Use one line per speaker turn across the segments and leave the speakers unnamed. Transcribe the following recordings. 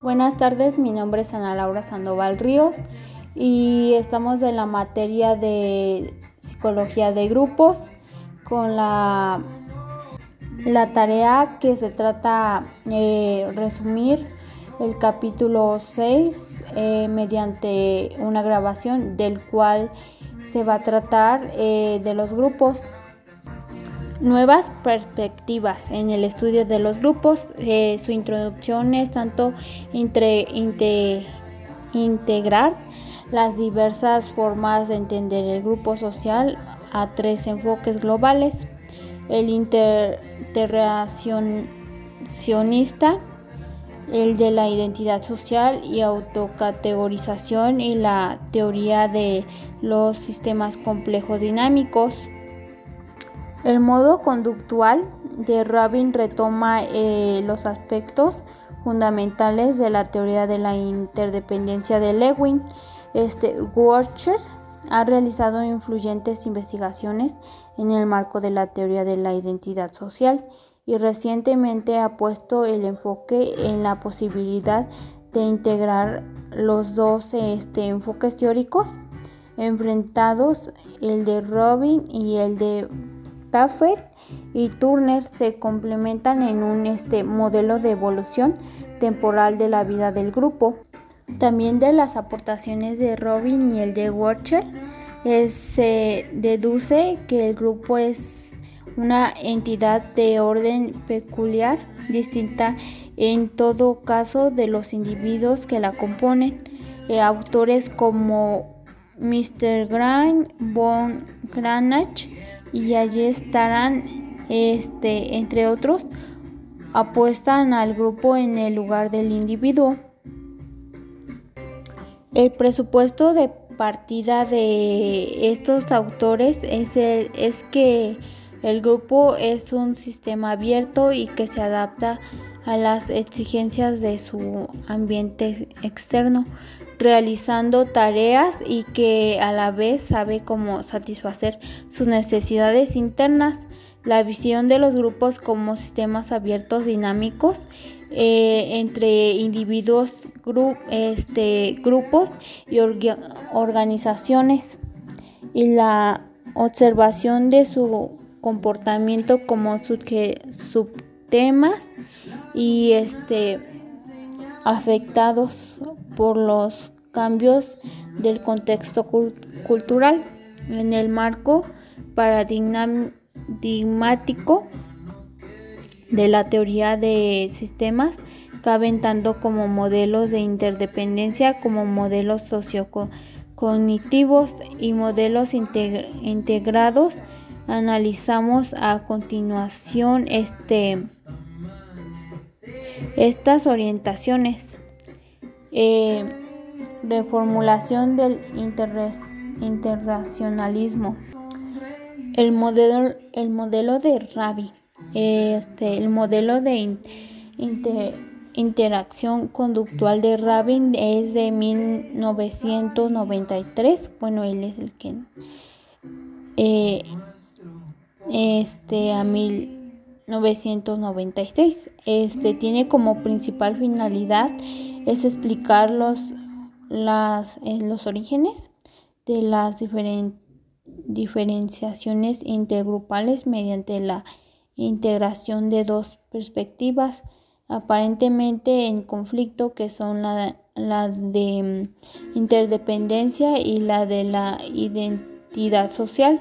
Buenas tardes, mi nombre es Ana Laura Sandoval Ríos y estamos en la materia de psicología de grupos con la tarea que se trata resumir el capítulo 6 mediante una grabación del cual se va a tratar de los grupos. Nuevas perspectivas en el estudio de los grupos. Su introducción es tanto integrar las diversas formas de entender el grupo social a tres enfoques globales: el interrelacionista, el de la identidad social y autocategorización, y la teoría de los sistemas complejos dinámicos. El modo conductual de Rabin retoma los aspectos fundamentales de la teoría de la interdependencia de Lewin. Worcher ha realizado influyentes investigaciones en el marco de la teoría de la identidad social y recientemente ha puesto el enfoque en la posibilidad de integrar los dos enfoques teóricos enfrentados, el de Rabin y el de Taffer y Turner. Se complementan en un modelo de evolución temporal de la vida del grupo. También de las aportaciones de Rabin y el de Worcher se deduce que el grupo es una entidad de orden peculiar, distinta en todo caso de los individuos que la componen. Autores como Mr. Grant, von Kranach y Ayes Taran, entre otros, apuestan al grupo en el lugar del individuo. El presupuesto de partida de estos autores es que el grupo es un sistema abierto y que se adapta a las exigencias de su ambiente externo, realizando tareas, y que a la vez sabe cómo satisfacer sus necesidades internas. La visión de los grupos como sistemas abiertos dinámicos entre individuos, grupos y organizaciones, y la observación de su comportamiento como subtemas y afectados por los cambios del contexto cultural en el marco paradigmático de la teoría de sistemas. Caben tanto como modelos de interdependencia como modelos sociocognitivos y modelos integrados. Analizamos a continuación estas orientaciones. Reformulación del interracionalismo. El modelo de Rabin. El modelo de interacción conductual de Rabin es de 1993. Bueno, él es el que a 1996. Tiene como principal finalidad es explicar los orígenes de las diferenciaciones intergrupales mediante la integración de dos perspectivas aparentemente en conflicto, que son la de interdependencia y la de la identidad social.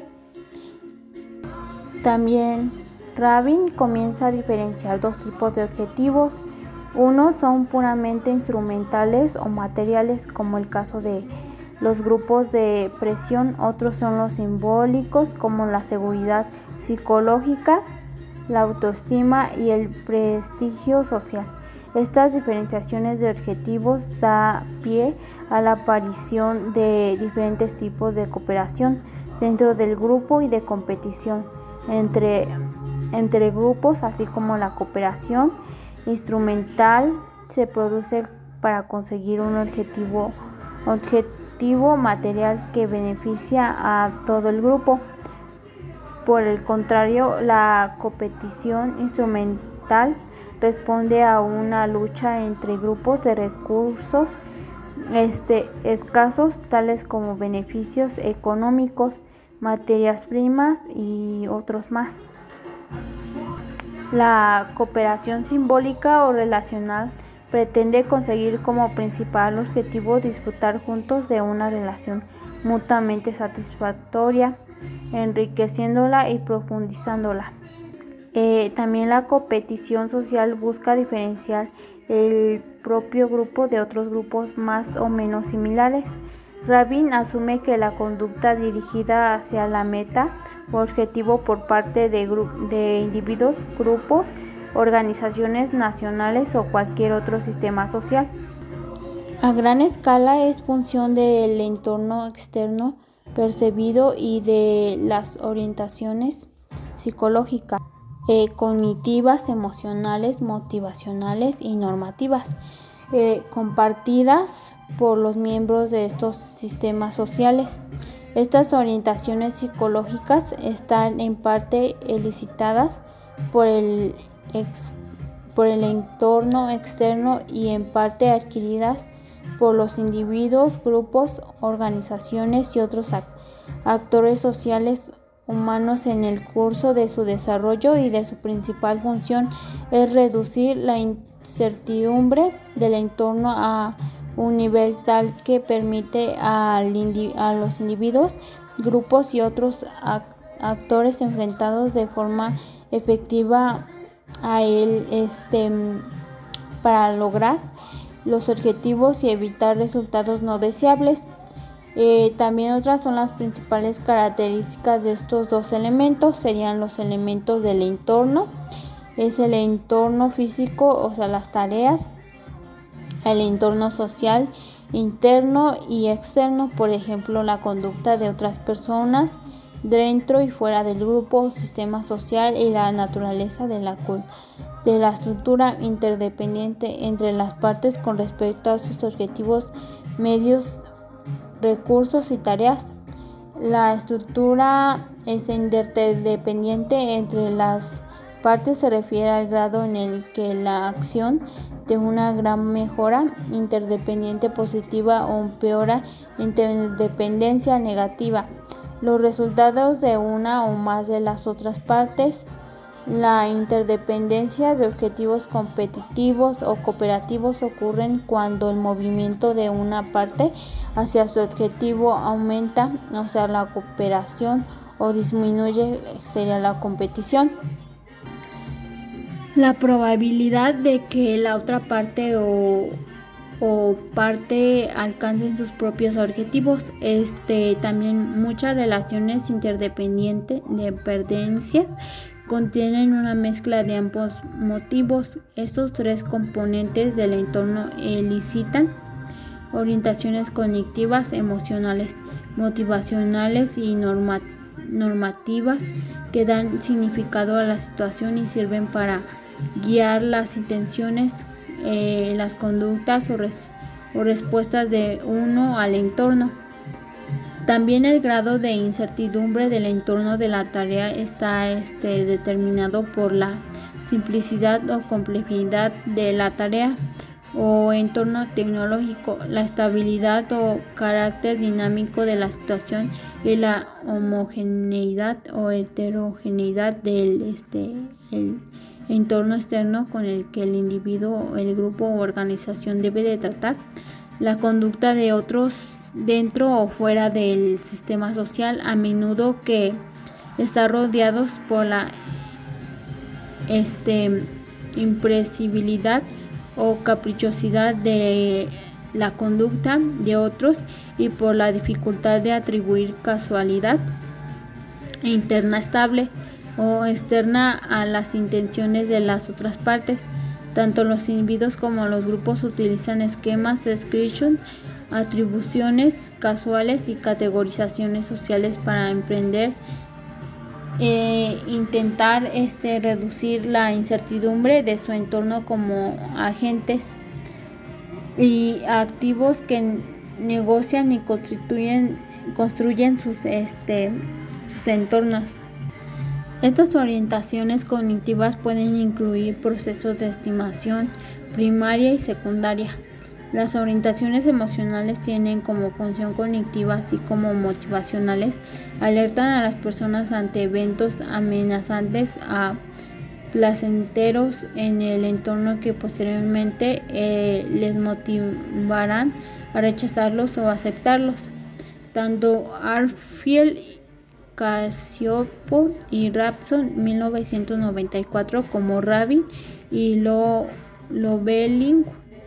También Rabin comienza a diferenciar dos tipos de objetivos. Unos son puramente instrumentales o materiales, como el caso de los grupos de presión. Otros son los simbólicos, como la seguridad psicológica, la autoestima y el prestigio social. Estas diferenciaciones de objetivos da pie a la aparición de diferentes tipos de cooperación dentro del grupo y de competición entre grupos, así como la cooperación instrumental se produce para conseguir un objetivo material que beneficia a todo el grupo. Por el contrario, la competición instrumental responde a una lucha entre grupos de recursos escasos, tales como beneficios económicos, materias primas y otros más. La cooperación simbólica o relacional pretende conseguir como principal objetivo disfrutar juntos de una relación mutuamente satisfactoria, enriqueciéndola y profundizándola. También la competición social busca diferenciar el propio grupo de otros grupos más o menos similares. Rabin asume que la conducta dirigida hacia la meta o objetivo por parte de individuos, grupos, organizaciones nacionales o cualquier otro sistema social. A gran escala es función del entorno externo percibido y de las orientaciones psicológicas, cognitivas, emocionales, motivacionales y normativas, compartidas por los miembros de estos sistemas sociales. Estas orientaciones psicológicas están en parte elicitadas por el entorno externo y en parte adquiridas por los individuos, grupos, organizaciones y otros actores sociales humanos en el curso de su desarrollo, y de su principal función es reducir la incertidumbre del entorno a un nivel tal que permite a los individuos, grupos y otros actores enfrentados de forma efectiva a él para lograr los objetivos y evitar resultados no deseables. También otras son las principales características de estos dos elementos, serían los elementos del entorno, es el entorno físico, o sea, las tareas, el entorno social interno y externo, por ejemplo, la conducta de otras personas dentro y fuera del grupo o sistema social, y la naturaleza de la estructura interdependiente entre las partes con respecto a sus objetivos, medios, recursos y tareas. La estructura es interdependiente entre las partes, se refiere al grado en el que la acción de una gran mejora interdependiente positiva o empeora interdependencia negativa los resultados de una o más de las otras partes. La interdependencia de objetivos competitivos o cooperativos ocurren cuando el movimiento de una parte hacia su objetivo aumenta, o sea, la cooperación, o disminuye, sería la competición. La probabilidad de que la otra parte o parte alcancen sus propios objetivos. También muchas relaciones interdependientes de dependencia contienen una mezcla de ambos motivos. Estos tres componentes del entorno elicitan orientaciones cognitivas, emocionales, motivacionales y normativas que dan significado a la situación y sirven para guiar las intenciones, las conductas o respuestas de uno al entorno. También el grado de incertidumbre del entorno de la tarea está determinado por la simplicidad o complejidad de la tarea o entorno tecnológico, la estabilidad o carácter dinámico de la situación y la homogeneidad o heterogeneidad del el entorno externo con el que el individuo, el grupo o organización debe de tratar. La conducta de otros dentro o fuera del sistema social, a menudo que está rodeados por la imprevisibilidad o caprichosidad de la conducta de otros y por la dificultad de atribuir causalidad interna estable o externa a las intenciones de las otras partes. Tanto los individuos como los grupos utilizan esquemas de description, atribuciones casuales y categorizaciones sociales para emprender intentar reducir la incertidumbre de su entorno como agentes y activos que negocian y construyen sus entornos. Estas orientaciones cognitivas pueden incluir procesos de estimación primaria y secundaria. Las orientaciones emocionales tienen como función cognitiva, así como motivacionales, alertan a las personas ante eventos amenazantes a placenteros en el entorno que posteriormente les motivarán a rechazarlos o aceptarlos. Tanto Armfield, Cacioppo y Rapson 1994 como Rabin y Lovellini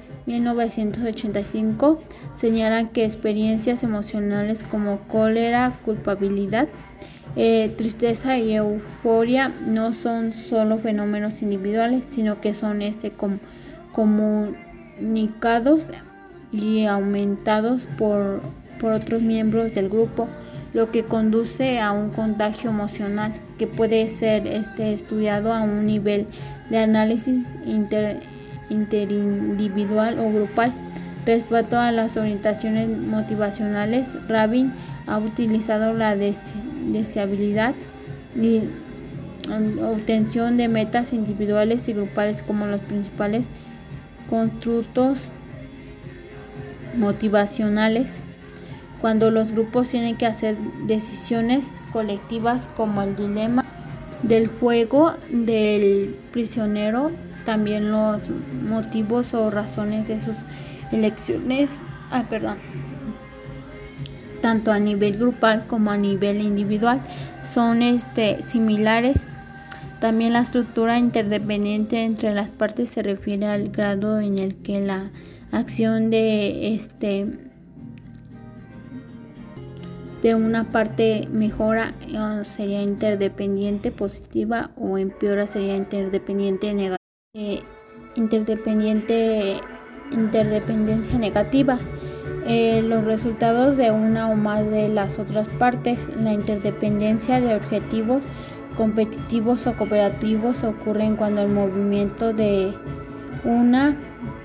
1985 señalan que experiencias emocionales como cólera, culpabilidad, tristeza y euforia no son solo fenómenos individuales, sino que son comunicados y aumentados por otros miembros del grupo, lo que conduce a un contagio emocional que puede ser estudiado a un nivel de análisis interindividual o grupal. Respecto a las orientaciones motivacionales, Rabin ha utilizado la deseabilidad y obtención de metas individuales y grupales como los principales constructos motivacionales. Cuando los grupos tienen que hacer decisiones colectivas como el dilema del juego del prisionero, también los motivos o razones de sus elecciones, tanto a nivel grupal como a nivel individual, son similares. También la estructura interdependiente entre las partes se refiere al grado en el que la acción de una parte mejora sería interdependiente positiva o empeora sería interdependiente negativa. Interdependencia negativa. Los resultados de una o más de las otras partes. La interdependencia de objetivos competitivos o cooperativos ocurren cuando el movimiento de una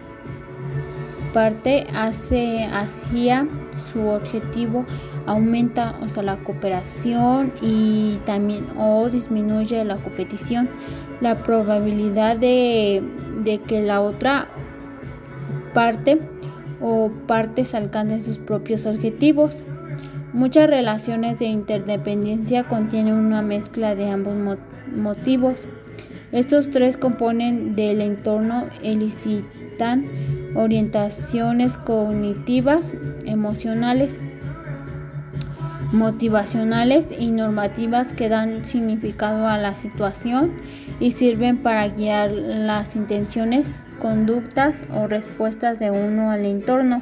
parte hacia su objetivo aumenta, la cooperación, y también o disminuye la competición. La probabilidad de que la otra parte o partes alcancen sus propios objetivos. Muchas relaciones de interdependencia contienen una mezcla de ambos motivos. Estos tres componentes del entorno elicitan orientaciones cognitivas, emocionales, motivacionales y normativas que dan significado a la situación y sirven para guiar las intenciones, conductas o respuestas de uno al entorno.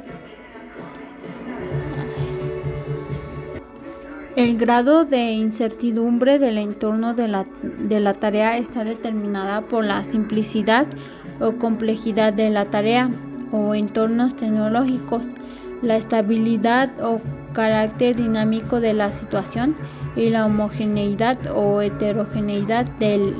El grado de incertidumbre del entorno de la tarea está determinada por la simplicidad o complejidad de la tarea o entornos tecnológicos, la estabilidad o carácter dinámico de la situación y la homogeneidad o heterogeneidad del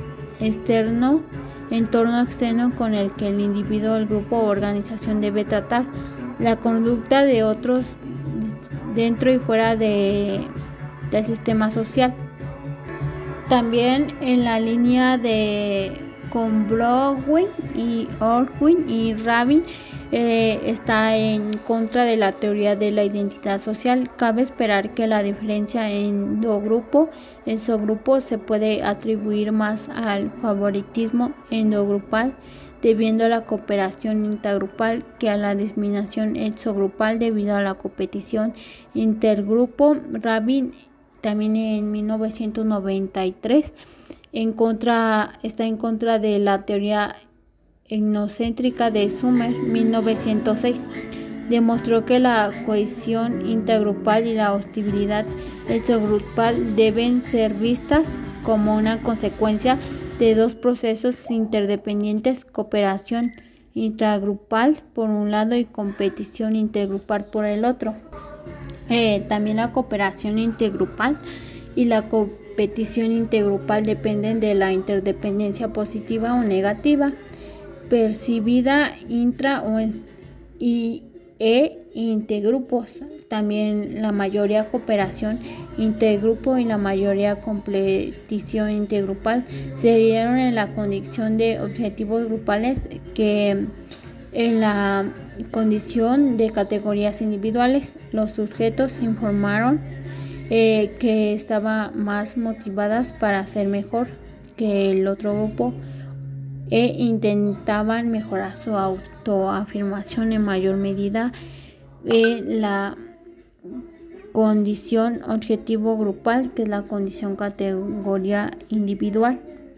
entorno externo con el que el individuo, el grupo o organización debe tratar. La conducta de otros dentro y fuera del sistema social. También en la línea de con Baldwin y Orwin y Rabin está en contra de la teoría de la identidad social. Cabe esperar que la diferencia endogrupo se puede atribuir más al favoritismo endogrupal debido a la cooperación intergrupal que a la discriminación exogrupal debido a la competición intergrupo. Rabin también en 1993 está en contra de la teoría etnocéntrica de Sumner 1906. Demostró que la cohesión intergrupal y la hostilidad exogrupal deben ser vistas como una consecuencia de dos procesos interdependientes: cooperación intragrupal por un lado y competición intergrupal por el otro. También la cooperación intergrupal y la competición intergrupal dependen de la interdependencia positiva o negativa percibida intra e intergrupos. también la mayoría cooperación intergrupo y la mayoría competición intergrupal se dieron en la condición de objetivos grupales que en la condición de categorías individuales. Los sujetos informaron que estaban más motivadas para hacer mejor que el otro grupo e intentaban mejorar su autoafirmación en mayor medida en la condición objetivo grupal, que es la condición categoría individual.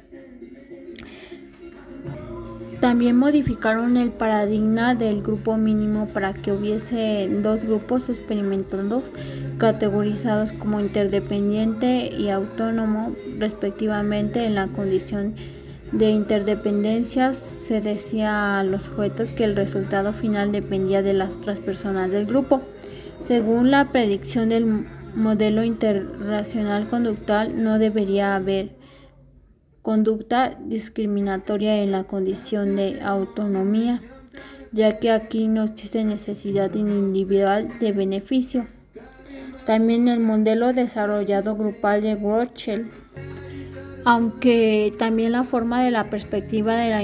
También modificaron el paradigma del grupo mínimo para que hubiese dos grupos experimentados categorizados como interdependiente y autónomo respectivamente. En la condición de interdependencias se decía a los sujetos que el resultado final dependía de las otras personas del grupo. Según la predicción del modelo interracional conductual, no debería haber conducta discriminatoria en la condición de autonomía, ya que aquí no existe necesidad individual de beneficio. También el modelo desarrollado grupal de Worcester, aunque también la forma de la perspectiva de la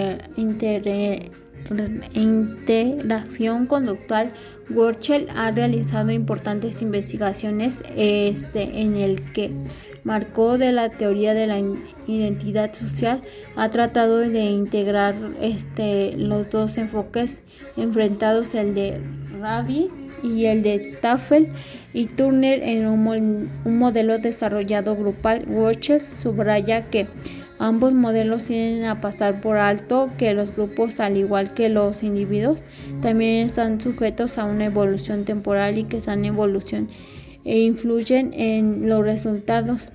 integración conductual. Worcester ha realizado importantes investigaciones en el que marco de la teoría de la identidad social ha tratado de integrar los dos enfoques enfrentados, el de Rabi y el de Tafel y Turner, en un modelo desarrollado grupal. Worcester subraya que ambos modelos tienden a pasar por alto que los grupos, al igual que los individuos, también están sujetos a una evolución temporal y que esa evolución influyen en los resultados.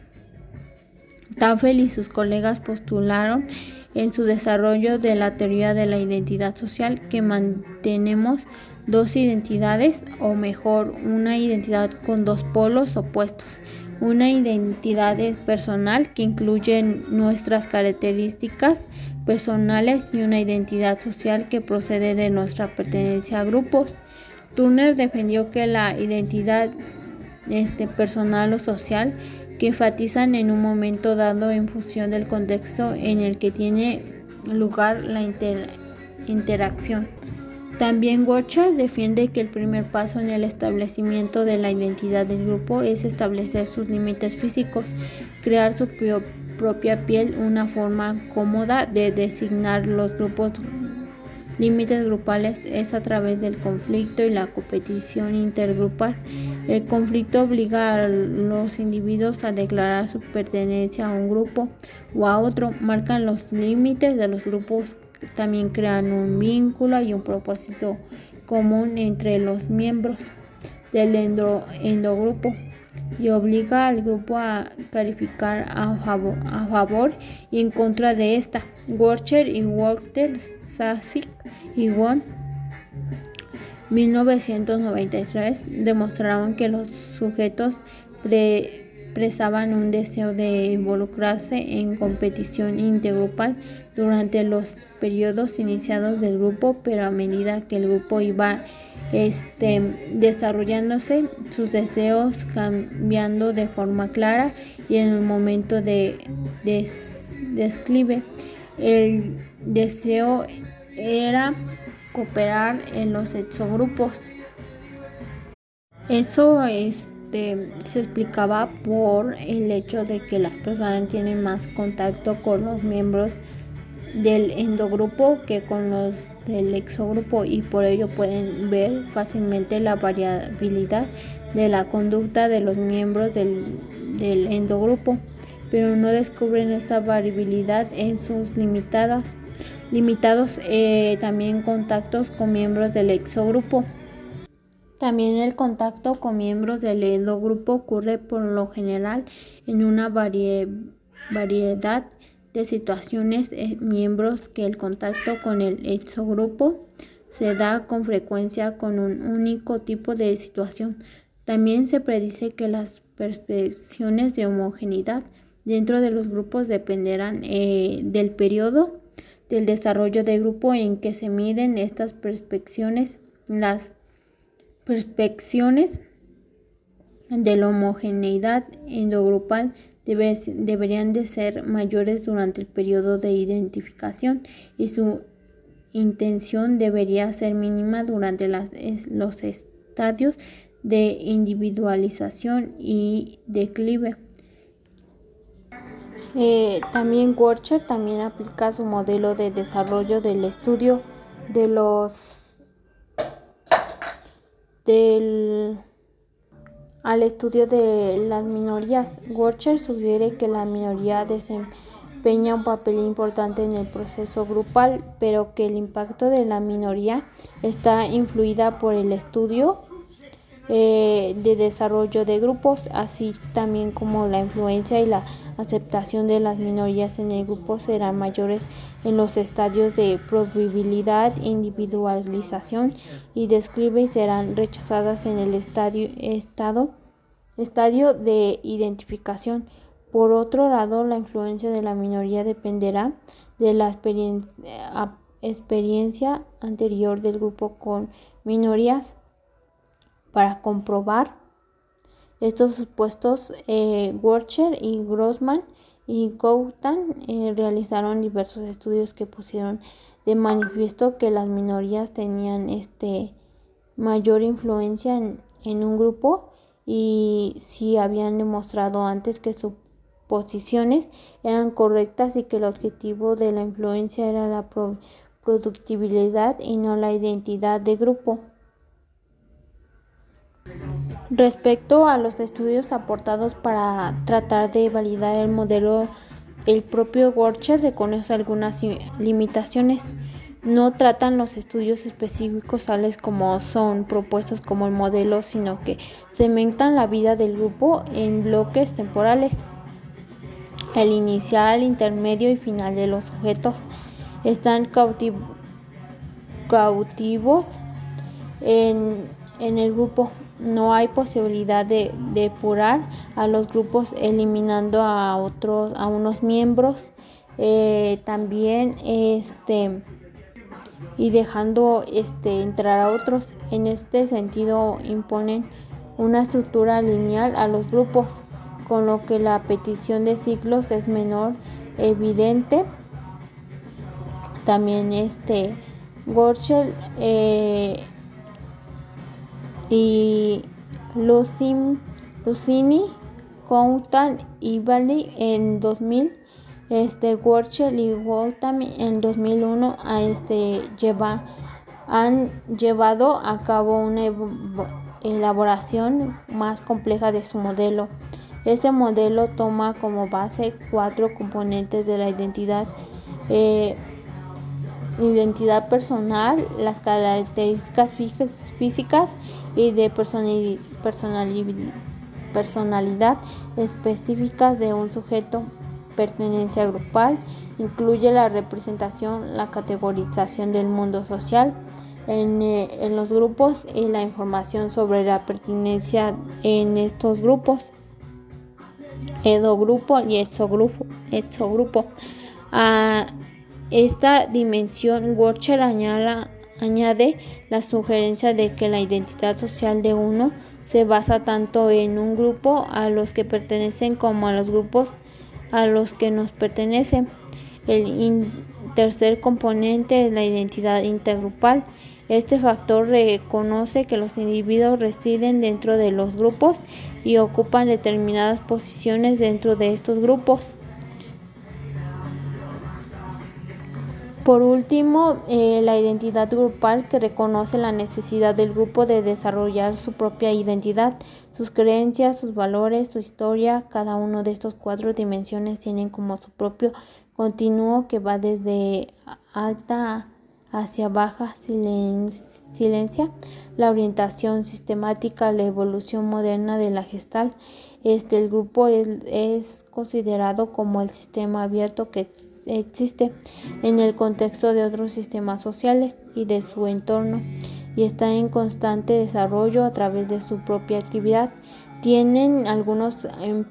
Tafel y sus colegas postularon en su desarrollo de la teoría de la identidad social que mantenemos dos identidades, o mejor, una identidad con dos polos opuestos. Una identidad personal que incluye nuestras características personales y una identidad social que procede de nuestra pertenencia a grupos. Turner defendió que la identidad personal o social que enfatizan en un momento dado en función del contexto en el que tiene lugar la interacción. También Worcester defiende que el primer paso en el establecimiento de la identidad del grupo es establecer sus límites físicos, crear su propia piel, una forma cómoda de designar los grupos. Límites grupales es a través del conflicto y la competición intergrupal. El conflicto obliga a los individuos a declarar su pertenencia a un grupo o a otro, marcan los límites de los grupos, también crean un vínculo y un propósito común entre los miembros del endogrupo y obliga al grupo a calificar a favor y en contra de esta. Worcester y Walter Sasik y Won 1993 demostraron que los sujetos expresaban un deseo de involucrarse en competición intergrupal durante los periodos iniciados del grupo, pero a medida que el grupo iba desarrollándose, sus deseos cambiando de forma clara y en el momento de declive. El deseo era cooperar en los exogrupos. Eso se explicaba por el hecho de que las personas tienen más contacto con los miembros del endogrupo que con los del exogrupo, y por ello pueden ver fácilmente la variabilidad de la conducta de los miembros del endogrupo, pero no descubren esta variabilidad en sus limitados también contactos con miembros del exogrupo. También el contacto con miembros del endogrupo ocurre por lo general en una variedad de situaciones, miembros que el contacto con el exogrupo se da con frecuencia con un único tipo de situación. También se predice que las percepciones de homogeneidad dentro de los grupos dependerán del periodo del desarrollo del grupo en que se miden estas percepciones. Las percepciones de la homogeneidad endogrupal deberían de ser mayores durante el periodo de identificación y su intención debería ser mínima durante los estadios de individualización y declive. También Worcher también aplica su modelo de desarrollo del estudio de al estudio de las minorías. Worcher sugiere que la minoría desempeña un papel importante en el proceso grupal, pero que el impacto de la minoría está influida por el estudio de desarrollo de grupos, así también como la influencia y la aceptación de las minorías en el grupo serán mayores en los estadios de probabilidad, individualización y declive y serán rechazadas en el estadio de identificación. Por otro lado, la influencia de la minoría dependerá de la experiencia anterior del grupo con minorías. Para comprobar estos supuestos, Worcher y Grossman y Goutan realizaron diversos estudios que pusieron de manifiesto que las minorías tenían mayor influencia en un grupo, y si habían demostrado antes que sus posiciones eran correctas y que el objetivo de la influencia era la productividad y no la identidad de grupo. Respecto a los estudios aportados para tratar de validar el modelo, el propio Worcher reconoce algunas limitaciones. No tratan los estudios específicos tales como son propuestos como el modelo, sino que segmentan la vida del grupo en bloques temporales. El inicial, intermedio y final de los sujetos están cautivos en el grupo. No hay posibilidad de depurar a los grupos eliminando a unos miembros, también y dejando entrar a otros. En este sentido imponen una estructura lineal a los grupos, con lo que la petición de ciclos es menor evidente. También Worcher y Lucini, Goutan y Baldi en 2000, Worcher y Goutan en 2001 han llevado a cabo una elaboración más compleja de su modelo. Este modelo toma como base 4 componentes de la identidad personal, las características físicas y de personalidad específicas de un sujeto. Pertenencia grupal incluye la representación, la categorización del mundo social en los grupos y la información sobre la pertenencia en estos grupos. Endogrupo y exogrupo. A esta dimensión, Worcher añade la sugerencia de que la identidad social de uno se basa tanto en un grupo a los que pertenecen como a los grupos a los que nos pertenecen. El tercer componente es la identidad intergrupal. Este factor reconoce que los individuos residen dentro de los grupos y ocupan determinadas posiciones dentro de estos grupos. Por último, la identidad grupal, que reconoce la necesidad del grupo de desarrollar su propia identidad, sus creencias, sus valores, su historia. Cada uno de estos 4 dimensiones tienen como su propio continuo que va desde alta hacia baja silencia, la orientación sistemática, la evolución moderna de la Gestalt. El grupo es considerado como el sistema abierto que existe en el contexto de otros sistemas sociales y de su entorno, y está en constante desarrollo a través de su propia actividad. Tienen algunas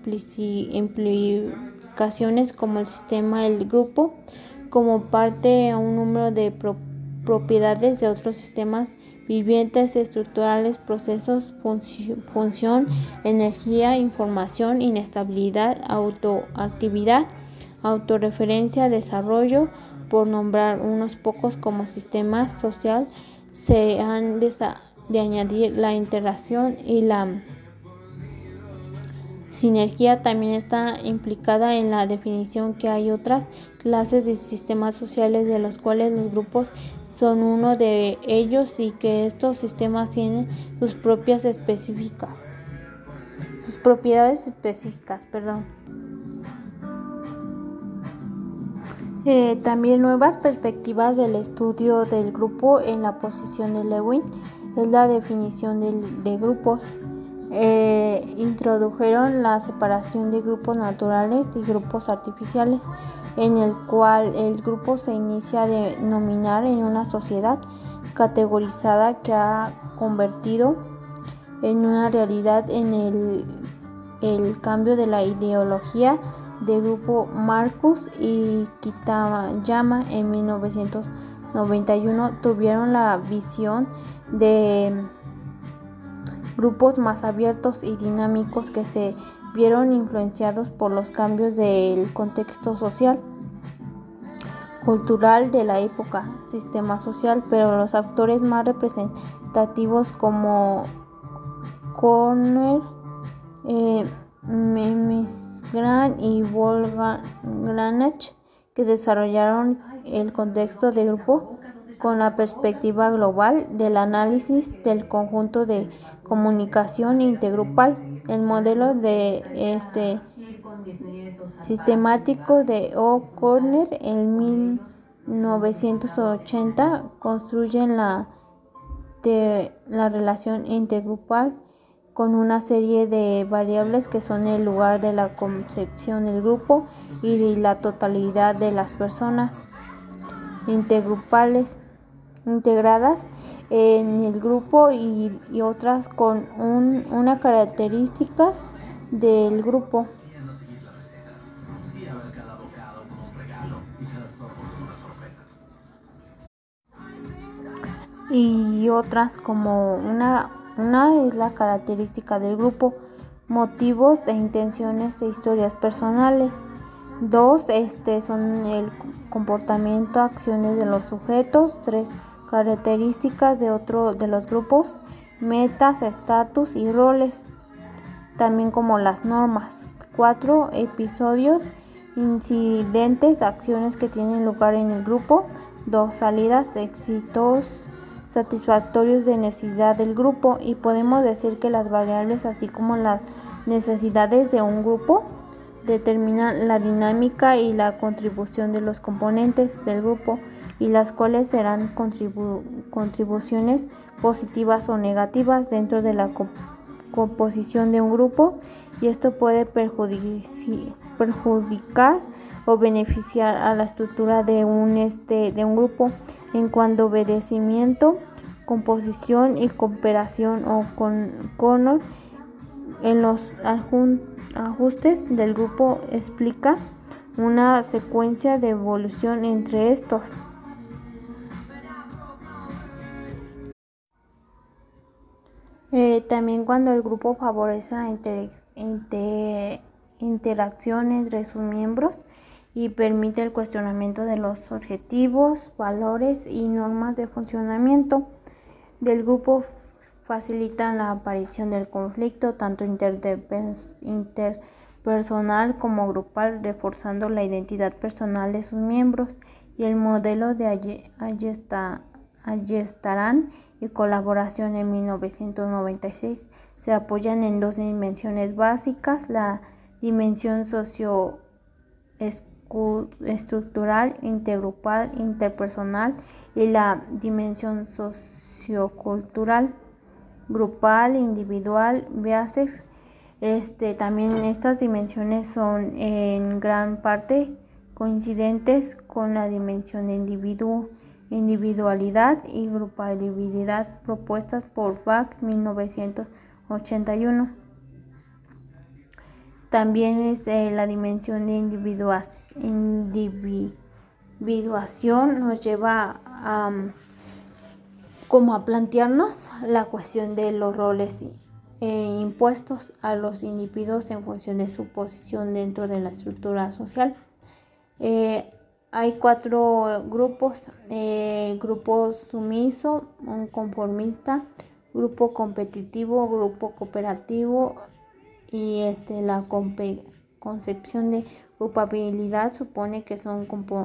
implicaciones como el sistema, el grupo, como parte a un número de propiedades de otros sistemas, vivientes estructurales, procesos, función, energía, información, inestabilidad, autoactividad, autorreferencia, desarrollo, por nombrar unos pocos. Como sistema social se han de añadir la interacción y la sinergia. También está implicada en la definición que hay otras clases de sistemas sociales de los cuales los grupos son uno de ellos y que estos sistemas tienen sus propiedades específicas. También nuevas perspectivas del estudio del grupo en la posición de Lewin es la definición de grupos. Introdujeron la separación de grupos naturales y grupos artificiales, en el cual el grupo se inicia a denominar en una sociedad categorizada que ha convertido en una realidad en el cambio de la ideología de grupo. Marcus y Kitayama en 1991 tuvieron la visión de grupos más abiertos y dinámicos que se vieron influenciados por los cambios del contexto social, cultural de la época, sistema social, pero los autores más representativos como Corner, Memesgrand y Wolfgang Granach, que desarrollaron el contexto de grupo con la perspectiva global del análisis del conjunto de comunicación intergrupal. El modelo de sistemático de O'Connor en 1980 construyen la relación intergrupal con una serie de variables que son el lugar de la concepción del grupo y de la totalidad de las personas intergrupales integradas en el grupo y otras con una características del grupo y otras como una es la característica del grupo, motivos e intenciones e historias personales. 2 son el comportamiento, acciones de los sujetos. 3 características de otro de los grupos, metas, estatus y roles, también como las normas. 4 episodios, incidentes, acciones que tienen lugar en el grupo. 2 salidas, éxitos satisfactorios de necesidad del grupo. Y podemos decir que las variables, así como las necesidades de un grupo, determinan la dinámica y la contribución de los componentes del grupo, y las cuales serán contribuciones positivas o negativas dentro de la composición de un grupo, y esto puede perjudicar o beneficiar a la estructura de un grupo en cuanto a obedecimiento, composición y cooperación. O Connor en los ajustes del grupo explica una secuencia de evolución entre estos. También cuando el grupo favorece la interacción entre sus miembros y permite el cuestionamiento de los objetivos, valores y normas de funcionamiento del grupo, facilitan la aparición del conflicto tanto interpersonal como grupal, reforzando la identidad personal de sus miembros. Y el modelo de Ayestarán y colaboración en 1996 se apoyan en 2 dimensiones básicas: la dimensión socioestructural, intergrupal, interpersonal, y la dimensión sociocultural, grupal, individual, Beazef. También estas dimensiones son en gran parte coincidentes con la dimensión de individualidad y grupalidad propuestas por Bach 1981. También la dimensión de individuación nos lleva como a plantearnos la cuestión de los roles impuestos a los individuos en función de su posición dentro de la estructura social. Hay 4 grupos: grupo sumiso, un conformista, grupo competitivo, grupo cooperativo, y la concepción de grupabilidad supone que son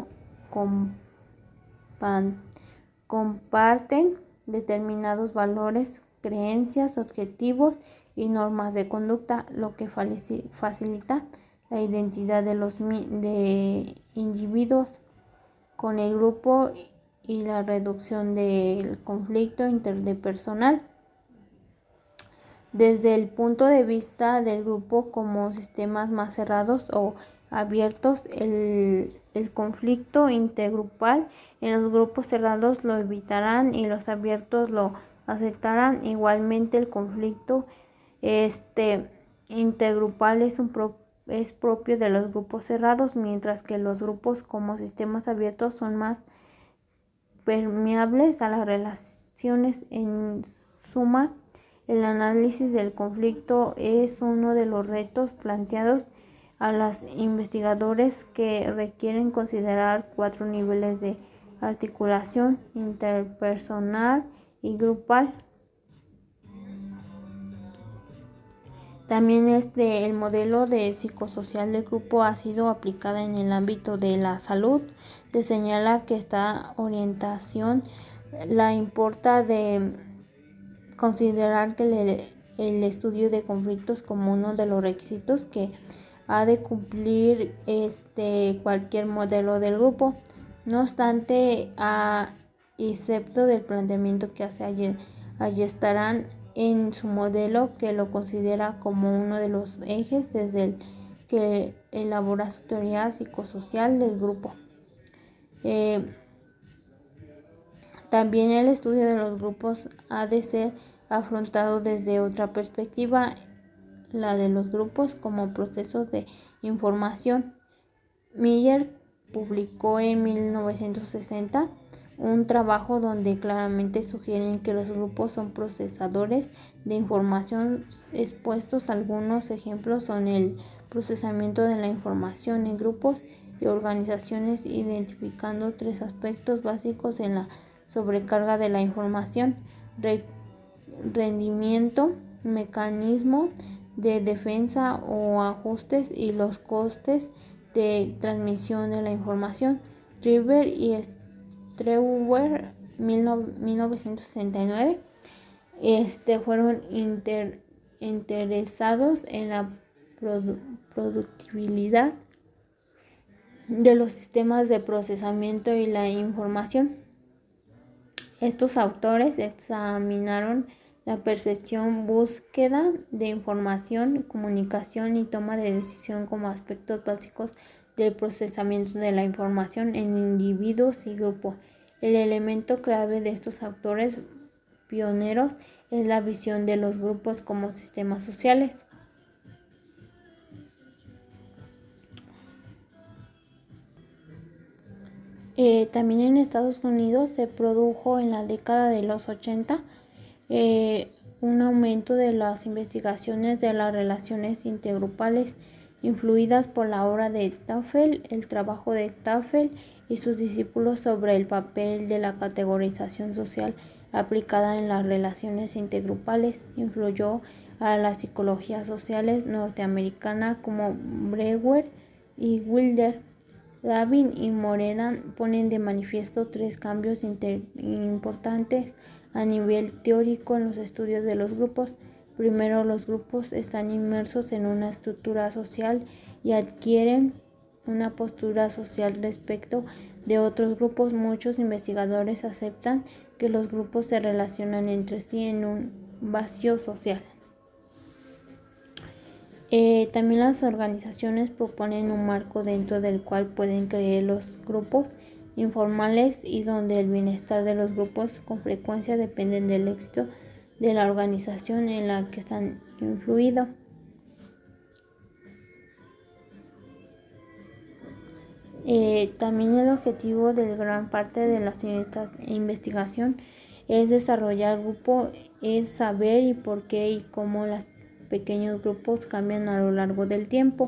comparten determinados valores, creencias, objetivos y normas de conducta, lo que facilita la identidad de los individuos con el grupo y la reducción del conflicto interpersonal. Desde el punto de vista del grupo como sistemas más cerrados o abiertos, el conflicto intergrupal en los grupos cerrados lo evitarán y los abiertos lo aceptarán. Igualmente, el conflicto intergrupal es propio de los grupos cerrados, mientras que los grupos como sistemas abiertos son más permeables a las relaciones. En suma, el análisis del conflicto es uno de los retos planteados a los investigadores, que requieren considerar 4 niveles de articulación interpersonal y grupal. También el modelo de psicosocial del grupo ha sido aplicada en el ámbito de la salud. Se señala que esta orientación la importa de considerar que el estudio de conflictos como uno de los requisitos que ha de cumplir cualquier modelo del grupo. No obstante, excepto del planteamiento que hace allí estarán en su modelo, que lo considera como uno de los ejes desde el que elabora su teoría psicosocial del grupo. También el estudio de los grupos ha de ser afrontado desde otra perspectiva, la de los grupos como procesos de información. Miller publicó en 1960 un trabajo donde claramente sugieren que los grupos son procesadores de información expuestos. Algunos ejemplos son el procesamiento de la información en grupos y organizaciones, identificando 3 aspectos básicos en la sobrecarga de la información: rendimiento, mecanismo de defensa o ajustes, y los costes de transmisión de la información. River y Streuer, 1969, fueron interesados en la productividad de los sistemas de procesamiento y la información. Estos autores examinaron la percepción, búsqueda de información, comunicación y toma de decisión como aspectos básicos del procesamiento de la información en individuos y grupos. El elemento clave de estos autores pioneros es la visión de los grupos como sistemas sociales. También en Estados Unidos se produjo en la década de los 80 un aumento de las investigaciones de las relaciones intergrupales, influidas por la obra de Tafel. El trabajo de Tafel y sus discípulos sobre el papel de la categorización social aplicada en las relaciones intergrupales influyó a las psicologías sociales norteamericanas como Breuer y Wilder. Davin y Moredan ponen de manifiesto 3 cambios importantes a nivel teórico en los estudios de los grupos. Primero, los grupos están inmersos en una estructura social y adquieren una postura social respecto de otros grupos. Muchos investigadores aceptan que los grupos se relacionan entre sí en un vacío social. También las organizaciones proponen un marco dentro del cual pueden creer los grupos informales y donde el bienestar de los grupos con frecuencia dependen del éxito de la organización en la que están influidos. También el objetivo de gran parte de la investigación es desarrollar grupo, es saber y por qué y cómo los pequeños grupos cambian a lo largo del tiempo.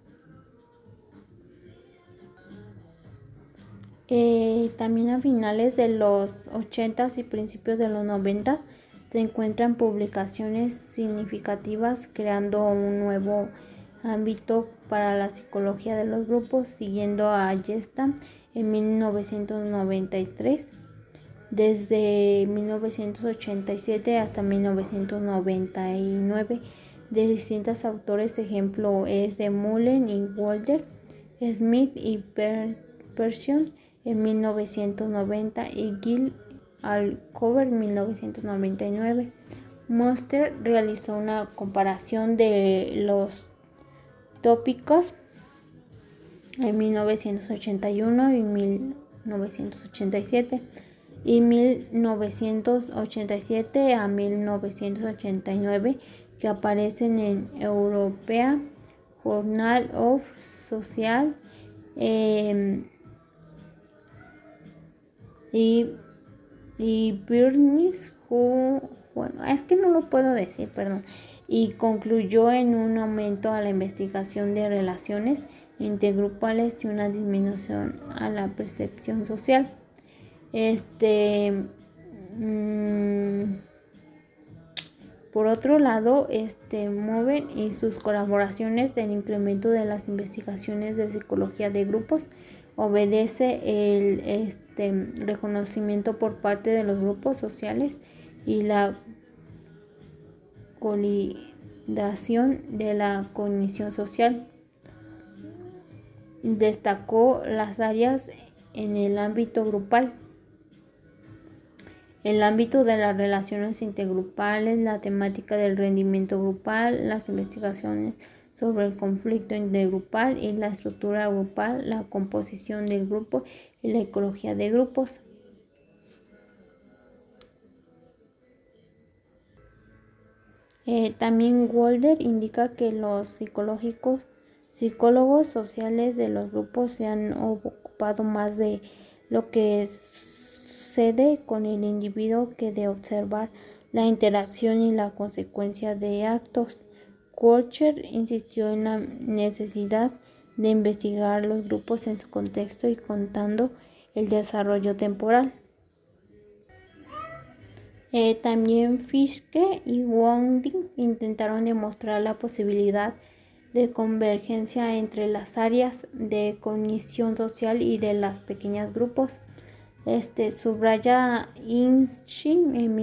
También a finales de los 80s y principios de los 90s se encuentran publicaciones significativas creando un nuevo ámbito para la psicología de los grupos, siguiendo a Gestalt en 1993. Desde 1987 hasta 1999, de distintos autores, ejemplo es de Mullen y Walder, Smith y Persson en 1990 y Gill Alcover en 1999. Monster realizó una comparación de los tópicos en 1981 y 1987 y 1987 a 1989 que aparecen en European Journal of Social y Business, bueno, es que no lo puedo decir, perdón, y concluyó en un aumento a la investigación de relaciones intergrupales y una disminución a la percepción social. Por otro lado, Moven y sus colaboraciones del incremento de las investigaciones de psicología de grupos obedece el reconocimiento por parte de los grupos sociales y la consolidación de la cognición social. Destacó las áreas en el ámbito grupal, el ámbito de las relaciones intergrupales, la temática del rendimiento grupal, las investigaciones sobre el conflicto intergrupal y la estructura grupal, la composición del grupo y la ecología de grupos. También Walder indica que los psicólogos sociales de los grupos se han ocupado más de lo que sucede con el individuo que de observar la interacción y la consecuencia de actos. Walcher insistió en la necesidad de investigar los grupos en su contexto y contando el desarrollo temporal. También Fiske y Wonding intentaron demostrar la posibilidad de convergencia entre las áreas de cognición social y de los pequeños grupos. Subraya Inching en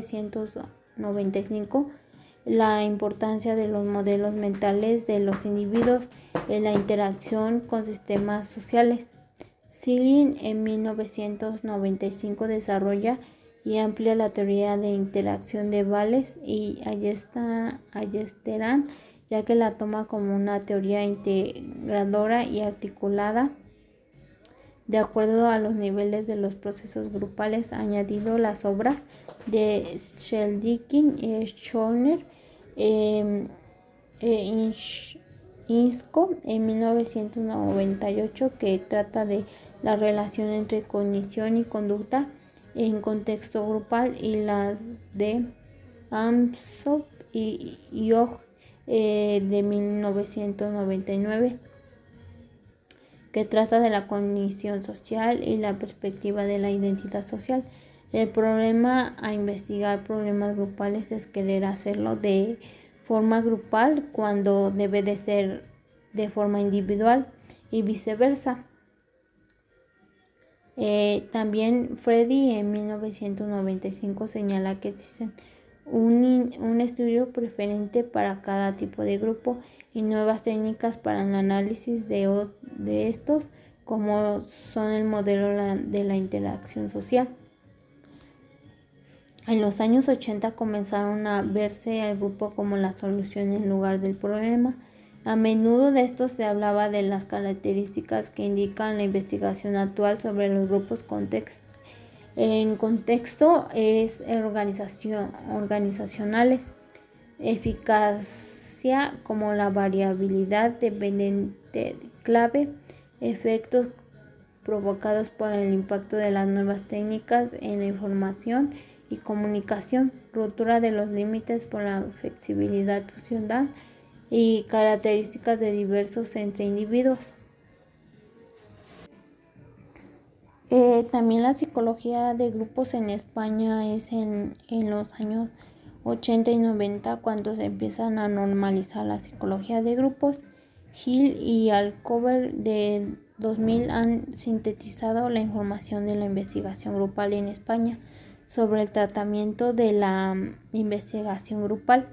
1995 la importancia de los modelos mentales de los individuos en la interacción con sistemas sociales. Silin en 1995 desarrolla y amplía la teoría de interacción de Valles y Ayesteran, ya que la toma como una teoría integradora y articulada de acuerdo a los niveles de los procesos grupales, añadido las obras de Sheldkin y Schorner, Insko en 1998, que trata de la relación entre cognición y conducta en contexto grupal, y las de Amsop y Yog de 1999, que trata de la cognición social y la perspectiva de la identidad social. El problema a investigar problemas grupales es querer hacerlo de forma grupal cuando debe de ser de forma individual y viceversa. También Freddy en 1995 señala que existen un estudio preferente para cada tipo de grupo y nuevas técnicas para el análisis de estos, como son el modelo de la interacción social. En los años 80 comenzaron a verse al grupo como la solución en lugar del problema. A menudo de esto se hablaba de las características que indican la investigación actual sobre los grupos en contexto es organizacionales, eficacia como la variabilidad dependiente clave, efectos provocados por el impacto de las nuevas técnicas en la información y comunicación, ruptura de los límites por la flexibilidad funcional y características de diversos entre individuos. También la psicología de grupos en España es en los años 80 y 90 cuando se empiezan a normalizar la psicología de grupos. Hill y Alcover de 2000 han sintetizado la información de la investigación grupal en España sobre el tratamiento de la investigación grupal.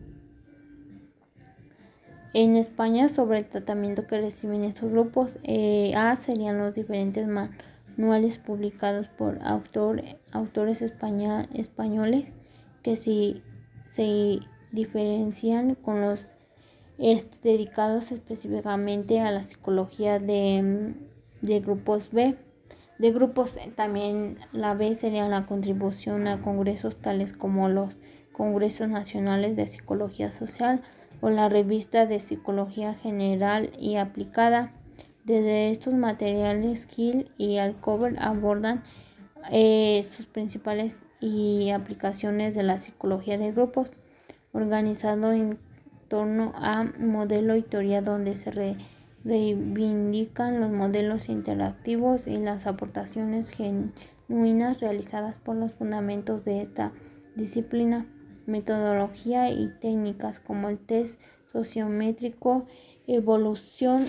En España, sobre el tratamiento que reciben estos grupos, serían los diferentes manuales publicados por autores españoles que se diferencian con los dedicados específicamente a la psicología de grupos B. De grupos también la B sería la contribución a congresos tales como los Congresos Nacionales de Psicología Social o la Revista de Psicología General y Aplicada. Desde estos materiales, Hill y Alcover abordan sus principales aplicaciones de la psicología de grupos, organizado en torno a modelo y teoría donde se reivindican los modelos interactivos y las aportaciones genuinas realizadas por los fundamentos de esta disciplina, metodología y técnicas como el test sociométrico, evolución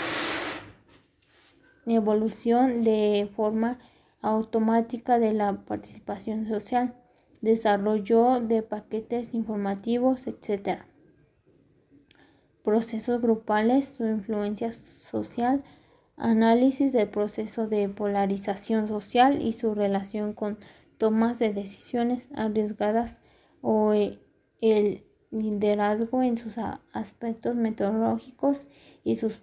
de forma automática de la participación social, desarrollo de paquetes informativos, etc. Procesos grupales, su influencia social, análisis del proceso de polarización social y su relación con tomas de decisiones arriesgadas o el liderazgo en sus aspectos metodológicos y sus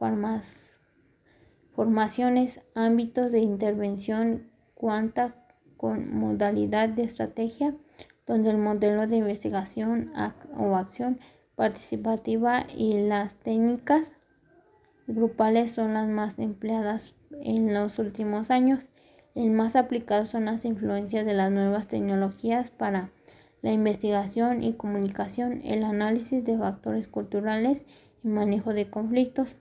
formaciones, ámbitos de intervención cuenta con modalidad de estrategia, donde el modelo de investigación o acción participativa y las técnicas grupales son las más empleadas en los últimos años. El más aplicado son las influencias de las nuevas tecnologías para la investigación y comunicación, el análisis de factores culturales y manejo de conflictos.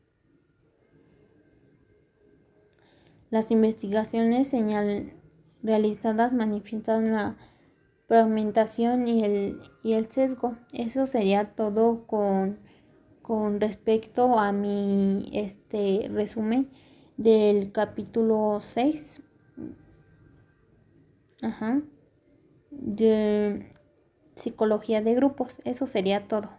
Las investigaciones realizadas manifiestan la fragmentación y el sesgo. Eso sería todo con respecto a mi resumen del capítulo 6 de psicología de grupos. Eso sería todo.